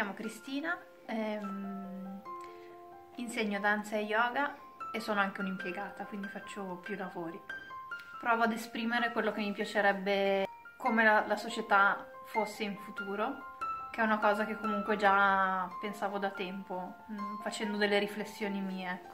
chiamo Cristina, insegno danza e yoga e sono anche un'impiegata, quindi faccio più lavori. Provo ad esprimere quello che mi piacerebbe come la società fosse in futuro, che è una cosa che comunque già pensavo da tempo, facendo delle riflessioni mie, ecco.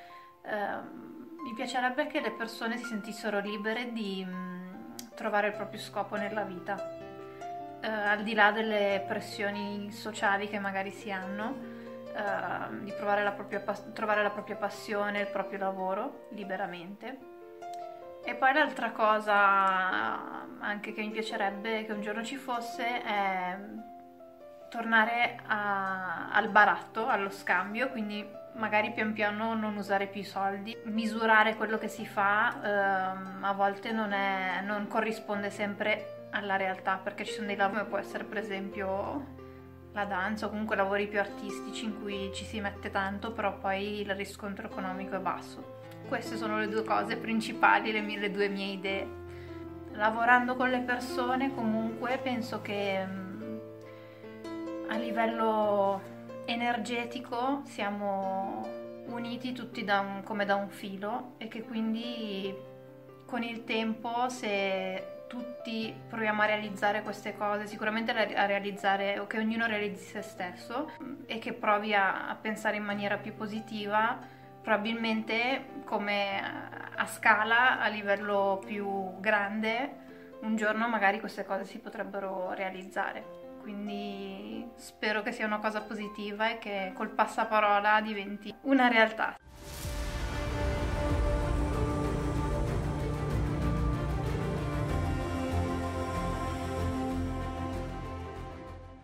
Mi piacerebbe che le persone si sentissero libere di trovare il proprio scopo nella vita, al di là delle pressioni sociali che magari si hanno, di trovare la propria passione, il proprio lavoro liberamente. E poi l'altra cosa anche che mi piacerebbe che un giorno ci fosse è tornare al baratto, allo scambio, quindi magari pian piano non usare più i soldi, misurare quello che si fa, a volte non corrisponde sempre alla realtà, perché ci sono dei lavori come può essere per esempio la danza o comunque lavori più artistici in cui ci si mette tanto, però poi il riscontro economico è basso. Queste sono le due cose principali, le due mie idee. Lavorando con le persone comunque penso che a livello energetico siamo uniti tutti come da un filo e che quindi con il tempo, se tutti proviamo a realizzare queste cose, sicuramente a realizzare, o che ognuno realizzi se stesso e che provi a pensare in maniera più positiva, probabilmente come a scala, a livello più grande, un giorno magari queste cose si potrebbero realizzare. Quindi spero che sia una cosa positiva e che col passaparola diventi una realtà.